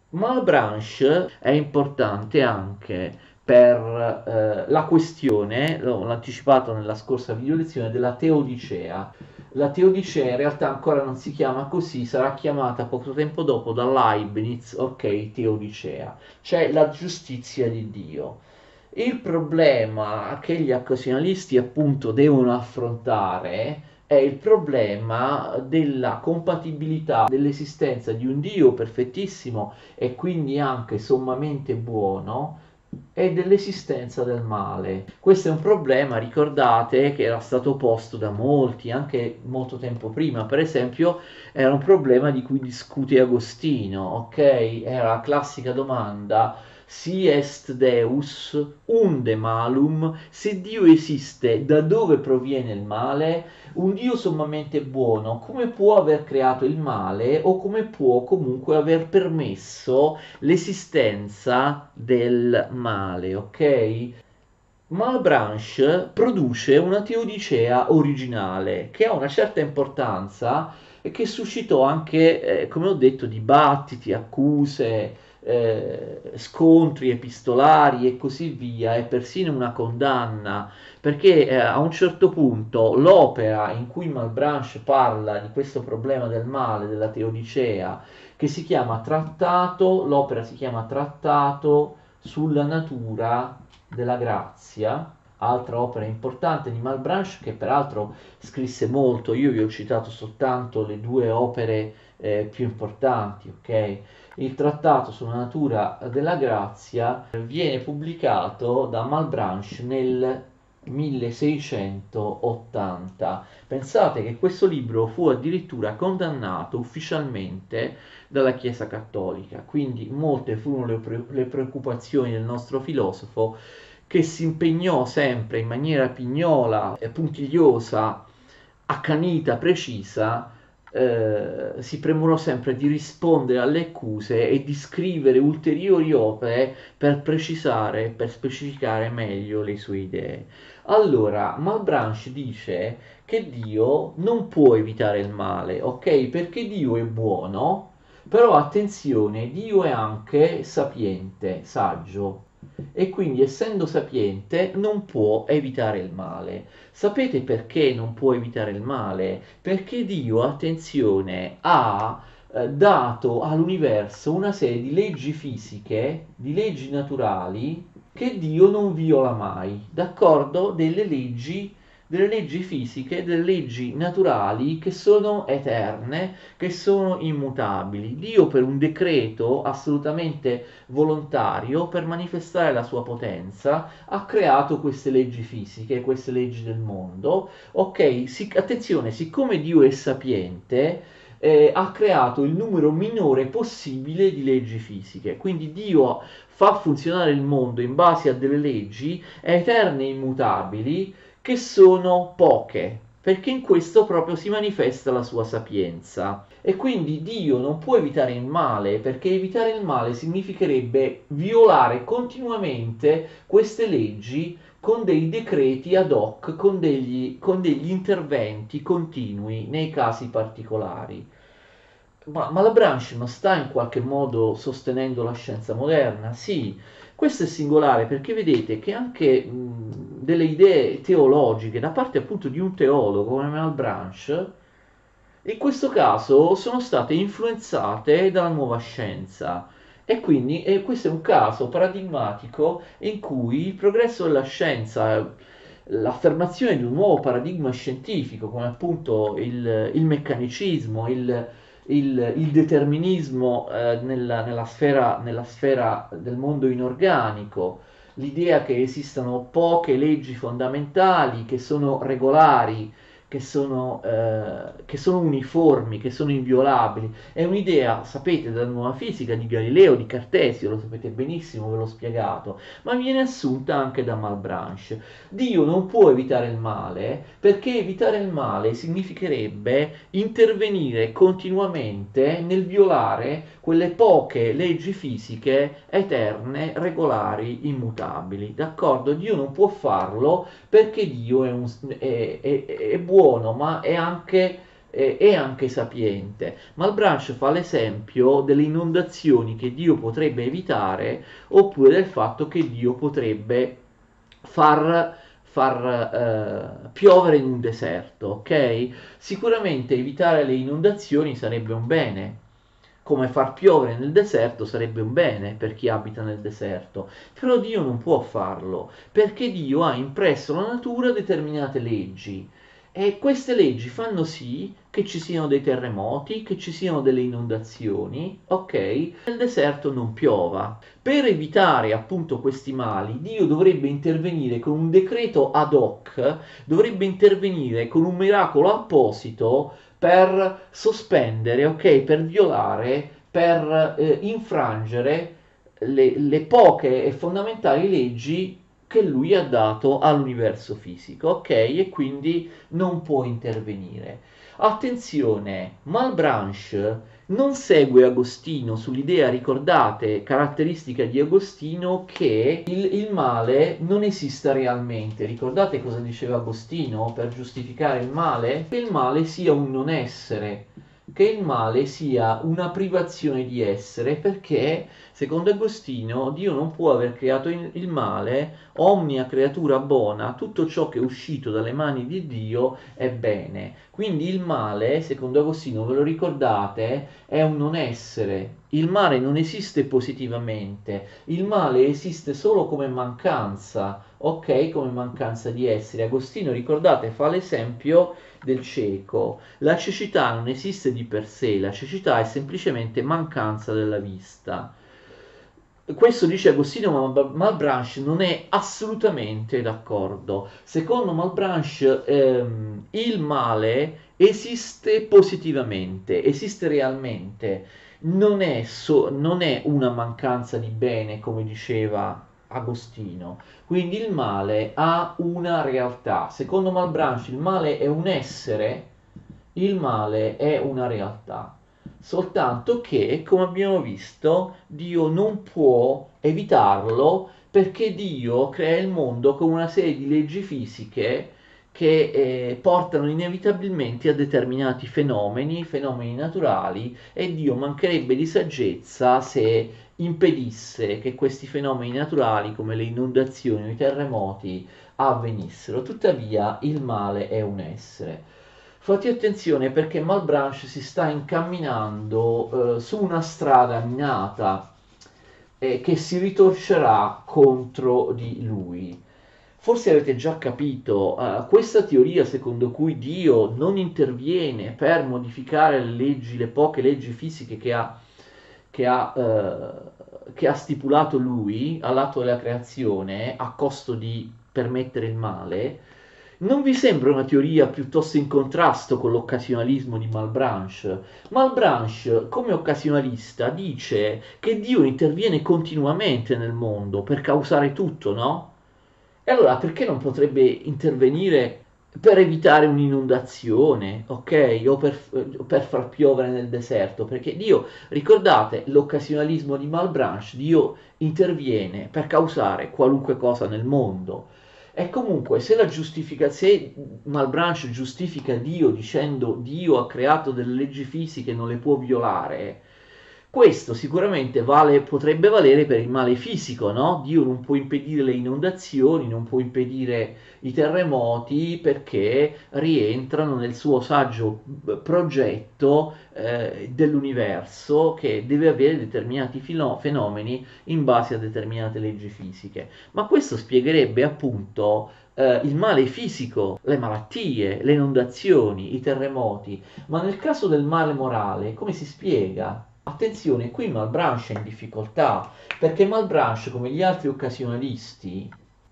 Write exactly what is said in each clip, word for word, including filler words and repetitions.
Malebranche è importante anche per eh, la questione, l'ho l'ho anticipato nella scorsa video lezione, della teodicea. La teodicea in realtà ancora non si chiama così, sarà chiamata poco tempo dopo da Leibniz, ok, teodicea, cioè la giustizia di Dio. Il problema che gli occasionalisti appunto devono affrontare è il problema della compatibilità dell'esistenza di un Dio perfettissimo e quindi anche sommamente buono e dell'esistenza del male. Questo è un problema, ricordate, che era stato posto da molti, anche molto tempo prima. Per esempio, era un problema di cui discute Agostino, ok? Era la classica domanda: si est Deus, unde malum? Se Dio esiste, da dove proviene il male? Un Dio sommamente buono, come può aver creato il male o come può comunque aver permesso l'esistenza del male, ok? Malebranche produce una teodicea originale che ha una certa importanza e che suscitò anche, eh, come ho detto, dibattiti, accuse, eh, scontri epistolari e così via, e persino una condanna, perché eh, a un certo punto l'opera in cui Malebranche parla di questo problema del male, della teodicea, che si chiama Trattato, l'opera si chiama Trattato sulla natura della grazia, altra opera importante di Malebranche che peraltro scrisse molto. Io vi ho citato soltanto le due opere eh, più importanti, ok? Il trattato sulla natura della grazia viene pubblicato da Malebranche nel milleseicentottanta. Pensate che questo libro fu addirittura condannato ufficialmente dalla Chiesa Cattolica, quindi molte furono le, pre- le preoccupazioni del nostro filosofo, che si impegnò sempre in maniera pignola, e puntigliosa, accanita, precisa, eh, si premurò sempre di rispondere alle accuse e di scrivere ulteriori opere per precisare, per specificare meglio le sue idee. Allora, Malebranche dice che Dio non può evitare il male, ok? Perché Dio è buono, però attenzione, Dio è anche sapiente, saggio, e quindi essendo sapiente non può evitare il male. Sapete perché non può evitare il male? Perché Dio, attenzione, ha eh, dato all'universo una serie di leggi fisiche, di leggi naturali, che Dio non viola mai, d'accordo? Delle leggi, delle leggi fisiche, delle leggi naturali che sono eterne, che sono immutabili. Dio per un decreto assolutamente volontario, per manifestare la sua potenza, ha creato queste leggi fisiche, queste leggi del mondo. Ok, si, attenzione, siccome Dio è sapiente, eh, ha creato il numero minore possibile di leggi fisiche. Quindi Dio fa funzionare il mondo in base a delle leggi eterne e immutabili che sono poche, perché in questo proprio si manifesta la sua sapienza. E quindi Dio non può evitare il male, perché evitare il male significherebbe violare continuamente queste leggi con dei decreti ad hoc, con degli, con degli interventi continui nei casi particolari. Ma, ma la Branch non sta in qualche modo sostenendo la scienza moderna? Sì, questo è singolare perché vedete che anche mh, delle idee teologiche da parte appunto di un teologo come Malebranche, in questo caso sono state influenzate dalla nuova scienza. E quindi e questo è un caso paradigmatico in cui il progresso della scienza, l'affermazione di un nuovo paradigma scientifico, come appunto il, il meccanicismo, il, il, il determinismo eh, nella, nella sfera, nella sfera del mondo inorganico, l'idea che esistano poche leggi fondamentali che sono regolari, che sono, eh, che sono uniformi, che sono inviolabili. È un'idea, sapete, della nuova fisica di Galileo, di Cartesio, lo sapete benissimo, ve l'ho spiegato, ma viene assunta anche da Malebranche. Dio non può evitare il male perché evitare il male significherebbe intervenire continuamente nel violare quelle poche leggi fisiche eterne, regolari, immutabili. D'accordo? Dio non può farlo perché Dio è, un, è, è, è buono, ma è anche eh, è anche sapiente. Malebranche fa l'esempio delle inondazioni che Dio potrebbe evitare, oppure del fatto che Dio potrebbe far, far eh, piovere in un deserto, ok? Sicuramente evitare le inondazioni sarebbe un bene, come far piovere nel deserto sarebbe un bene per chi abita nel deserto, però Dio non può farlo, perché Dio ha impresso alla natura determinate leggi e queste leggi fanno sì che ci siano dei terremoti, che ci siano delle inondazioni, ok? Nel deserto non piova. Per evitare appunto questi mali, Dio dovrebbe intervenire con un decreto ad hoc, dovrebbe intervenire con un miracolo apposito per sospendere, ok, per violare, per eh, infrangere le, le poche e fondamentali leggi che lui ha dato all'universo fisico, ok? E quindi non può intervenire. Attenzione, Malebranche non segue Agostino sull'idea, ricordate, caratteristica di Agostino, che il, il male non esista realmente. Ricordate cosa diceva Agostino per giustificare il male? Che il male sia un non essere, che il male sia una privazione di essere, perché secondo Agostino Dio non può aver creato il, il male, omnia creatura buona, tutto ciò che è uscito dalle mani di Dio è bene. Quindi il male, secondo Agostino, ve lo ricordate, è un non essere. Il male non esiste positivamente, il male esiste solo come mancanza, ok? Come mancanza di essere. Agostino, ricordate, fa l'esempio del cieco. La cecità non esiste di per sé, la cecità è semplicemente mancanza della vista. Questo dice Agostino, ma Malebranche non è assolutamente d'accordo. Secondo Malebranche ehm, il male esiste positivamente, esiste realmente, non è, so- non è una mancanza di bene, come diceva Agostino. Quindi il male ha una realtà. Secondo Malebranche il male è un essere, il male è una realtà. Soltanto che, come abbiamo visto, Dio non può evitarlo perché Dio crea il mondo con una serie di leggi fisiche che eh, portano inevitabilmente a determinati fenomeni, fenomeni naturali, e Dio mancherebbe di saggezza se impedisse che questi fenomeni naturali, come le inondazioni o i terremoti, avvenissero. Tuttavia, il male è un essere. Fate attenzione perché Malebranche si sta incamminando eh, su una strada minata eh, che si ritorcerà contro di lui. Forse avete già capito, eh, questa teoria secondo cui Dio non interviene per modificare le leggi, le poche leggi fisiche che ha, che ha, eh, che ha stipulato lui all'atto della creazione a costo di permettere il male, non vi sembra una teoria piuttosto in contrasto con l'occasionalismo di Malebranche? Malebranche, come occasionalista, dice che Dio interviene continuamente nel mondo per causare tutto, no? E allora perché non potrebbe intervenire per evitare un'inondazione, ok? O per, o per far piovere nel deserto? Perché Dio, ricordate l'occasionalismo di Malebranche, Dio interviene per causare qualunque cosa nel mondo. E comunque, se la giustifica, se Malebranche giustifica Dio dicendo Dio ha creato delle leggi fisiche e non le può violare, questo sicuramente vale, potrebbe valere per il male fisico, no? Dio non può impedire le inondazioni, non può impedire i terremoti perché rientrano nel suo saggio progetto eh, dell'universo che deve avere determinati filo- fenomeni in base a determinate leggi fisiche. Ma questo spiegherebbe appunto eh, il male fisico, le malattie, le inondazioni, i terremoti, ma nel caso del male morale, come si spiega? Attenzione, qui Malebranche è in difficoltà, perché Malebranche, come gli altri occasionalisti,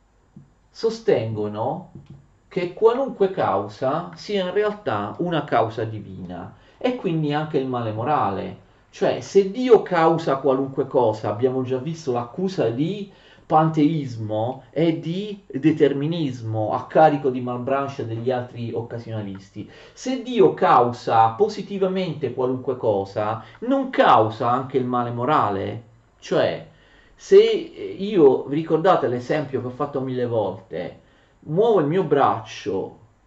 sostengono che qualunque causa sia in realtà una causa divina e quindi anche il male morale. Cioè, se Dio causa qualunque cosa, abbiamo già visto l'accusa di panteismo e di determinismo a carico di Malebranche e degli altri occasionalisti. Se Dio causa positivamente qualunque cosa, non causa anche il male morale? Cioè, se io, vi ricordate l'esempio che ho fatto mille volte, muovo il mio braccio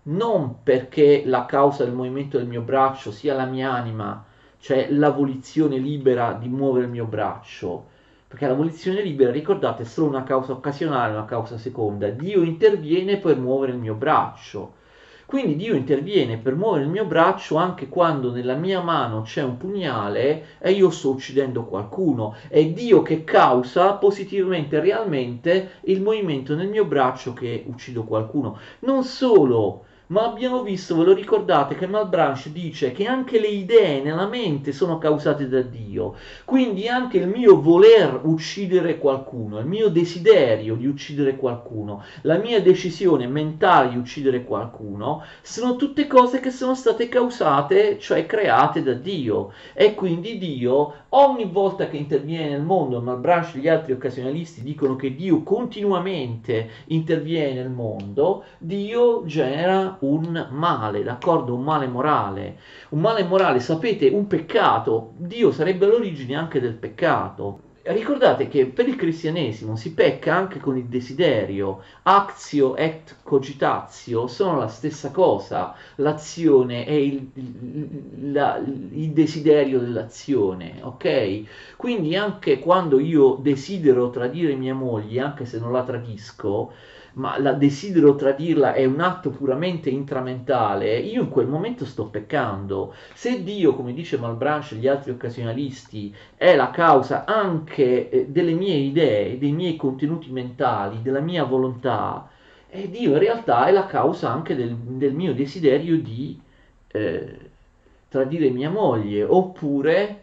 non perché la causa del movimento del mio braccio sia la mia anima, cioè la volizione libera di muovere il mio braccio, perché la volizione libera, ricordate, è solo una causa occasionale, una causa seconda. Dio interviene per muovere il mio braccio. Quindi Dio interviene per muovere il mio braccio anche quando nella mia mano c'è un pugnale e io sto uccidendo qualcuno. È Dio che causa positivamente, realmente, il movimento nel mio braccio che uccido qualcuno. Non solo, ma abbiamo visto, ve lo ricordate, che Malebranche dice che anche le idee nella mente sono causate da Dio. Quindi anche il mio voler uccidere qualcuno, il mio desiderio di uccidere qualcuno, la mia decisione mentale di uccidere qualcuno, sono tutte cose che sono state causate, cioè create da Dio. E quindi Dio, ogni volta che interviene nel mondo, Malebranche e gli altri occasionalisti dicono che Dio continuamente interviene nel mondo, Dio genera un male, d'accordo? Un male morale. Un male morale, sapete, un peccato. Dio sarebbe l'origine anche del peccato. Ricordate che per il cristianesimo si pecca anche con il desiderio. Actio et cogitatio sono la stessa cosa. L'azione è il, il, la, il desiderio dell'azione, ok? Quindi anche quando io desidero tradire mia moglie, anche se non la tradisco, ma la desidero tradirla è un atto puramente intramentale, io in quel momento sto peccando. Se Dio, come dice Malebranche e gli altri occasionalisti, è la causa anche eh, delle mie idee, dei miei contenuti mentali, della mia volontà, e Dio in realtà è la causa anche del, del mio desiderio di eh, tradire mia moglie, oppure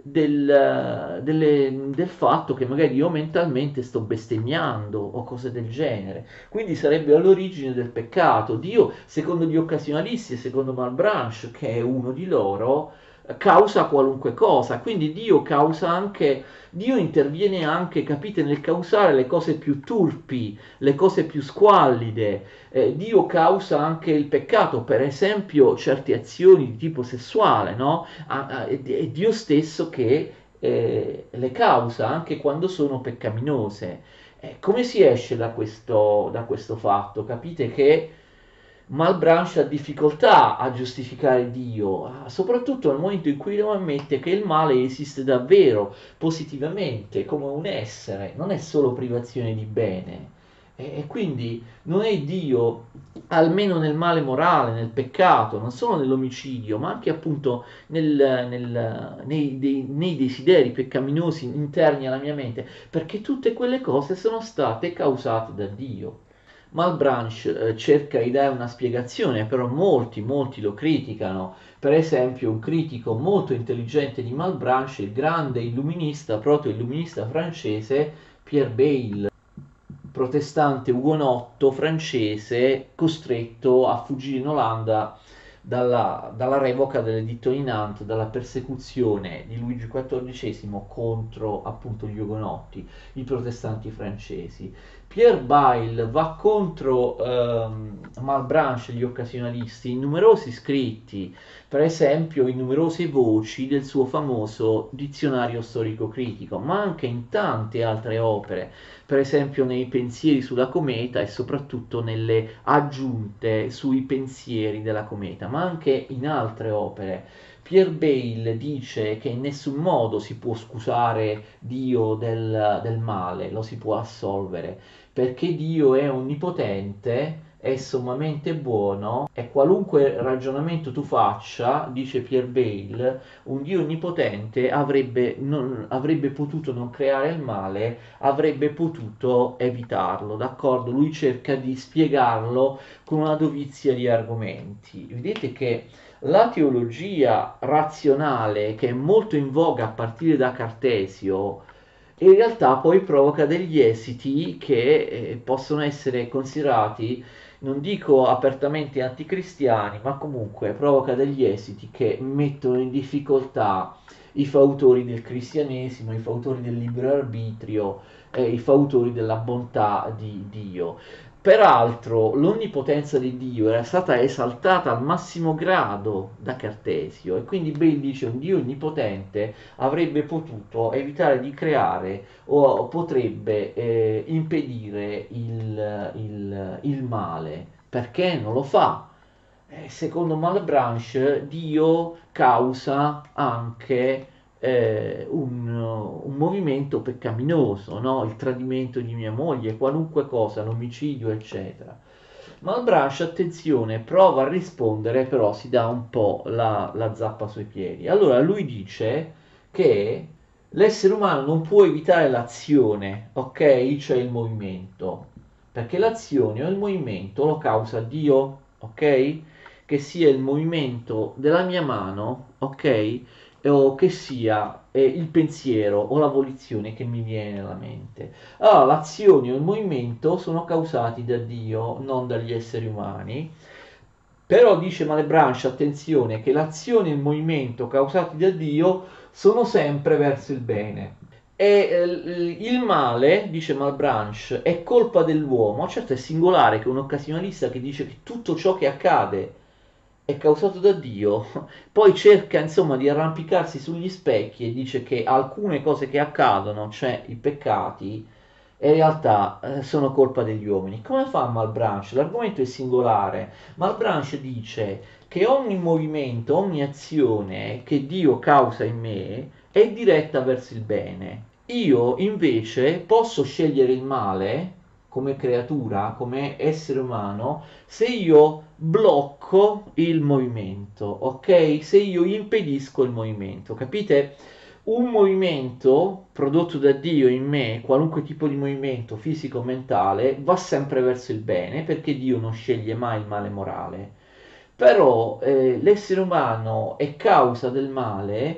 del, delle- del fatto che magari io mentalmente sto bestemmiando o cose del genere. Quindi sarebbe all'origine del peccato. Dio, secondo gli occasionalisti e secondo Malebranche, che è uno di loro, eh, causa qualunque cosa. Quindi Dio causa anche, Dio interviene anche, capite, nel causare le cose più turpi, le cose più squallide. Eh, Dio causa anche il peccato, per esempio certe azioni di tipo sessuale, no? a- a- è, è Dio stesso che eh, le causa anche quando sono peccaminose. Eh, come si esce da questo, da questo fatto? Capite che Malebranche ha difficoltà a giustificare Dio, ah, soprattutto nel momento in cui non ammette che il male esiste davvero, positivamente, come un essere, non è solo privazione di bene. E, e quindi non è Dio, almeno nel male morale, nel peccato, non solo nell'omicidio, ma anche appunto nel- nel- nei, dei- nei desideri peccaminosi interni alla mia mente, perché tutte quelle cose sono state causate da Dio. Malebranche eh, cerca di dare una spiegazione, però molti, molti lo criticano. Per esempio, un critico molto intelligente di Malebranche, il grande illuminista, proto-illuminista francese Pierre Bayle, protestante ugonotto francese costretto a fuggire in Olanda dalla, dalla revoca dell'editto di Nantes, dalla persecuzione di Luigi quattordicesimo contro appunto gli ugonotti, i protestanti francesi. Pierre Bayle va contro ehm, Malebranche e gli occasionalisti in numerosi scritti, per esempio in numerose voci del suo famoso dizionario storico-critico, ma anche in tante altre opere, per esempio nei pensieri sulla cometa e soprattutto nelle aggiunte sui pensieri della cometa, ma anche in altre opere. Pierre Bayle dice che in nessun modo si può scusare Dio del, del male, lo si può assolvere, perché Dio è onnipotente, è sommamente buono e qualunque ragionamento tu faccia, dice Pierre Bayle, un Dio onnipotente avrebbe, non, avrebbe potuto non creare il male, avrebbe potuto evitarlo, d'accordo? Lui cerca di spiegarlo con una dovizia di argomenti. Vedete che la teologia razionale, che è molto in voga a partire da Cartesio, in realtà poi provoca degli esiti che eh, possono essere considerati, non dico apertamente anticristiani, ma comunque provoca degli esiti che mettono in difficoltà i fautori del cristianesimo, i fautori del libero arbitrio, eh, i fautori della bontà di Dio. Peraltro, l'onnipotenza di Dio era stata esaltata al massimo grado da Cartesio e quindi Bayle dice un Dio onnipotente avrebbe potuto evitare di creare o potrebbe eh, impedire il, il, il male. Perché non lo fa? Eh, secondo Malebranche, Dio causa anche eh, un, un movimento peccaminoso, no? Il tradimento di mia moglie, qualunque cosa, l'omicidio, eccetera. Malebranche, attenzione, prova a rispondere, però si dà un po' la, la zappa sui piedi. Allora lui dice che l'essere umano non può evitare l'azione, ok? Cioè il movimento, perché l'azione o il movimento lo causa Dio, ok? Che sia il movimento della mia mano, ok? O che sia eh, il pensiero o la volizione che mi viene nella mente. Allora, l'azione o il movimento sono causati da Dio, non dagli esseri umani. Però dice Malebranche, attenzione, che l'azione e il movimento causati da Dio sono sempre verso il bene. E eh, il male, dice Malebranche, è colpa dell'uomo. Certo è singolare che un occasionalista che dice che tutto ciò che accade è causato da Dio, poi cerca insomma di arrampicarsi sugli specchi e dice che alcune cose che accadono, cioè i peccati, in realtà eh, sono colpa degli uomini. Come fa Malebranche? L'argomento è singolare. Malebranche dice che ogni movimento, ogni azione che Dio causa in me è diretta verso il bene. Io invece posso scegliere il male come creatura, come essere umano, se io blocco il movimento, ok? Se io impedisco il movimento, capite? Un movimento prodotto da Dio in me, qualunque tipo di movimento fisico o mentale, va sempre verso il bene perché Dio non sceglie mai il male morale. Però eh, l'essere umano è causa del male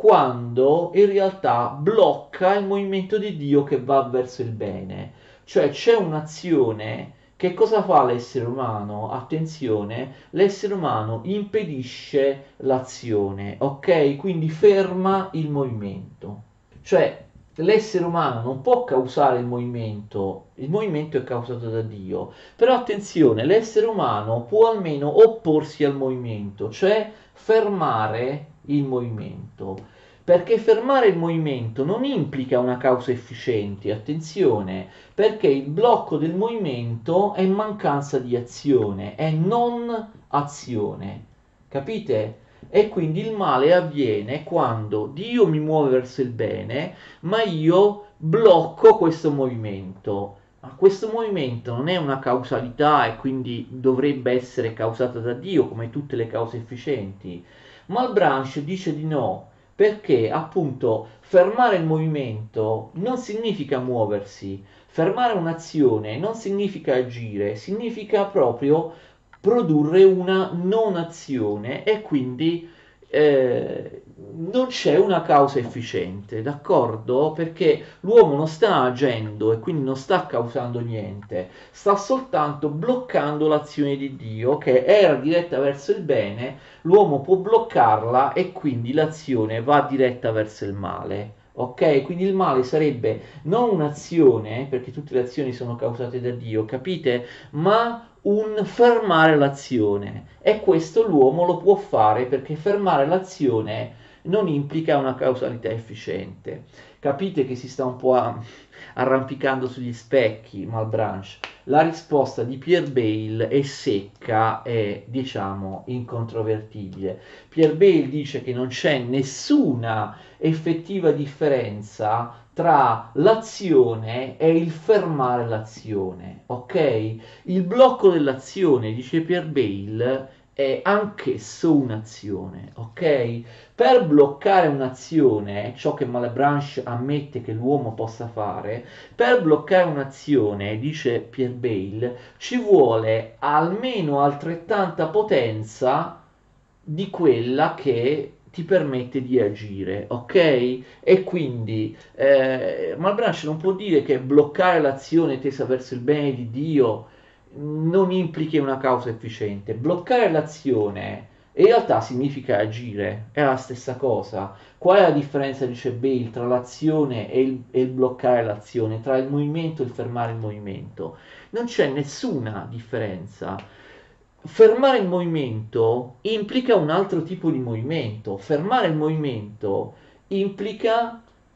quando in realtà blocca il movimento di Dio che va verso il bene. Cioè c'è un'azione. Che cosa fa l'essere umano? Attenzione, l'essere umano impedisce l'azione, ok? Quindi ferma il movimento. Cioè l'essere umano non può causare il movimento, il movimento è causato da Dio, però attenzione, l'essere umano può almeno opporsi al movimento, cioè fermare il movimento. Perché fermare il movimento non implica una causa efficiente, attenzione, perché il blocco del movimento è mancanza di azione, è non azione. Capite? E quindi il male avviene quando Dio mi muove verso il bene, ma io blocco questo movimento. Ma questo movimento non è una causalità e quindi dovrebbe essere causata da Dio come tutte le cause efficienti. Malebranche dice di no, perché appunto fermare il movimento non significa muoversi, fermare un'azione non significa agire, significa proprio produrre una non azione e quindi eh, non c'è una causa efficiente, d'accordo? Perché l'uomo non sta agendo e quindi non sta causando niente, sta soltanto bloccando l'azione di Dio che era diretta verso il bene, l'uomo può bloccarla e quindi l'azione va diretta verso il male. Ok? Quindi il male sarebbe non un'azione, perché tutte le azioni sono causate da Dio, capite? Ma un fermare l'azione. E questo l'uomo lo può fare perché fermare l'azione non implica una causalità efficiente. Capite che si sta un po' a- arrampicando sugli specchi, Malebranche. La risposta di Pierre Bayle è secca e, diciamo, incontrovertibile. Pierre Bayle dice che non c'è nessuna effettiva differenza tra l'azione e il fermare l'azione, ok? Il blocco dell'azione, dice Pierre Bayle, è anch'esso un'azione, ok? Per bloccare un'azione, ciò che Malebranche ammette che l'uomo possa fare, per bloccare un'azione, dice Pierre Bayle, ci vuole almeno altrettanta potenza di quella che ti permette di agire, ok? E quindi eh, Malebranche non può dire che bloccare l'azione tesa verso il bene di Dio non implichi una causa efficiente. Bloccare l'azione in realtà significa agire, è la stessa cosa. Qual è la differenza, dice Bale, tra l'azione e il, e il bloccare l'azione, tra il movimento e il fermare il movimento? Non c'è nessuna differenza. Fermare il movimento implica un altro tipo di movimento. Fermare il movimento implica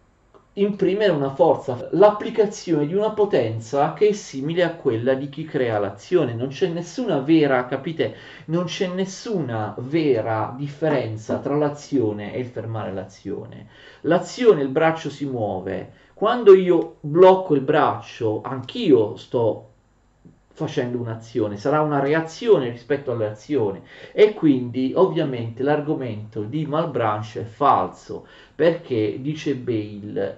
imprimere una forza, l'applicazione di una potenza che è simile a quella di chi crea l'azione. Non c'è nessuna vera, capite? Non c'è nessuna vera differenza tra l'azione e il fermare l'azione. L'azione, il braccio si muove. Quando io blocco il braccio, anch'io sto facendo un'azione, sarà una reazione rispetto all'azione e quindi ovviamente l'argomento di Malebranche è falso perché dice Bale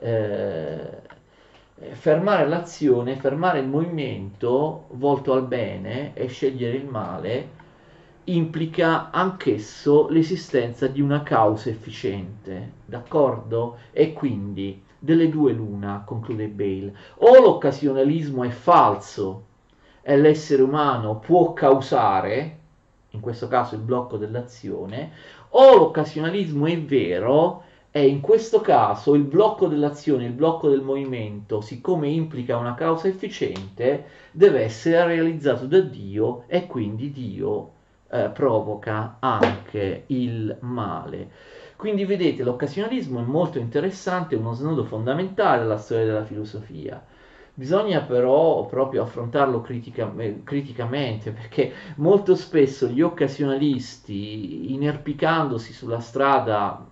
eh, fermare l'azione, fermare il movimento volto al bene e scegliere il male implica anch'esso l'esistenza di una causa efficiente, d'accordo? E quindi delle due l'una, conclude Bale, o l'occasionalismo è falso e l'essere umano può causare, in questo caso il blocco dell'azione, o l'occasionalismo è vero e in questo caso il blocco dell'azione, il blocco del movimento, siccome implica una causa efficiente, deve essere realizzato da Dio e quindi Dio eh, provoca anche il male. Quindi vedete, l'occasionalismo è molto interessante, è uno snodo fondamentale della storia della filosofia. Bisogna però proprio affrontarlo critica- criticamente perché molto spesso gli occasionalisti, inerpicandosi sulla strada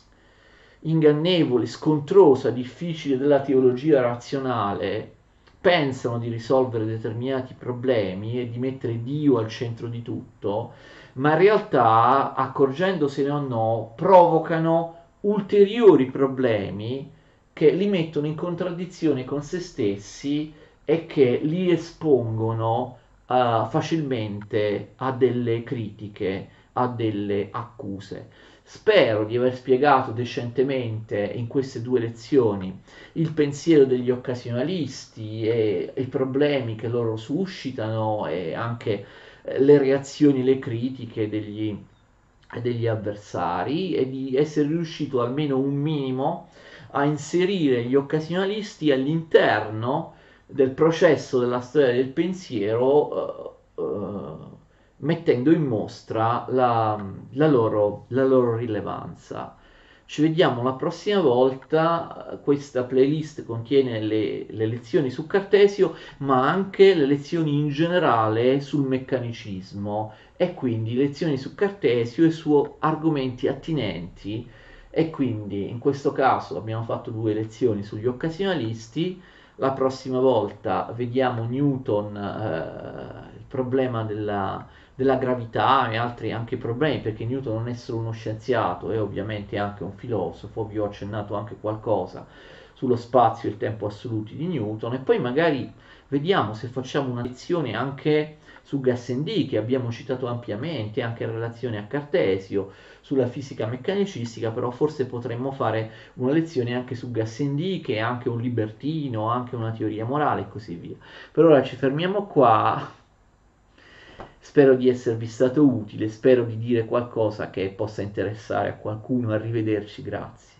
ingannevole, scontrosa, difficile della teologia razionale, pensano di risolvere determinati problemi e di mettere Dio al centro di tutto, ma in realtà, accorgendosene o no, provocano ulteriori problemi che li mettono in contraddizione con se stessi e che li espongono uh, facilmente a delle critiche, a delle accuse. Spero di aver spiegato decentemente in queste due lezioni il pensiero degli occasionalisti e i problemi che loro suscitano e anche eh, le reazioni, le critiche degli, degli avversari e di essere riuscito almeno un minimo a inserire gli occasionalisti all'interno del processo della storia del pensiero eh, eh, mettendo in mostra la, la, loro, la loro rilevanza. Ci vediamo la prossima volta, questa playlist contiene le, le lezioni su Cartesio, ma anche le lezioni in generale sul meccanicismo e quindi lezioni su Cartesio e su argomenti attinenti e quindi in questo caso abbiamo fatto due lezioni sugli occasionalisti, la prossima volta vediamo Newton, eh, il problema della, della gravità e altri anche problemi, perché Newton non è solo uno scienziato, è ovviamente anche un filosofo, vi ho accennato anche qualcosa sullo spazio e il tempo assoluti di Newton, e poi magari vediamo se facciamo una lezione anche su Gassendi, che abbiamo citato ampiamente, anche in relazione a Cartesio, sulla fisica meccanicistica, però forse potremmo fare una lezione anche su Gassendi, che è anche un libertino, anche una teoria morale e così via. Per ora ci fermiamo qua. Spero di esservi stato utile, spero di dire qualcosa che possa interessare a qualcuno. Arrivederci, grazie.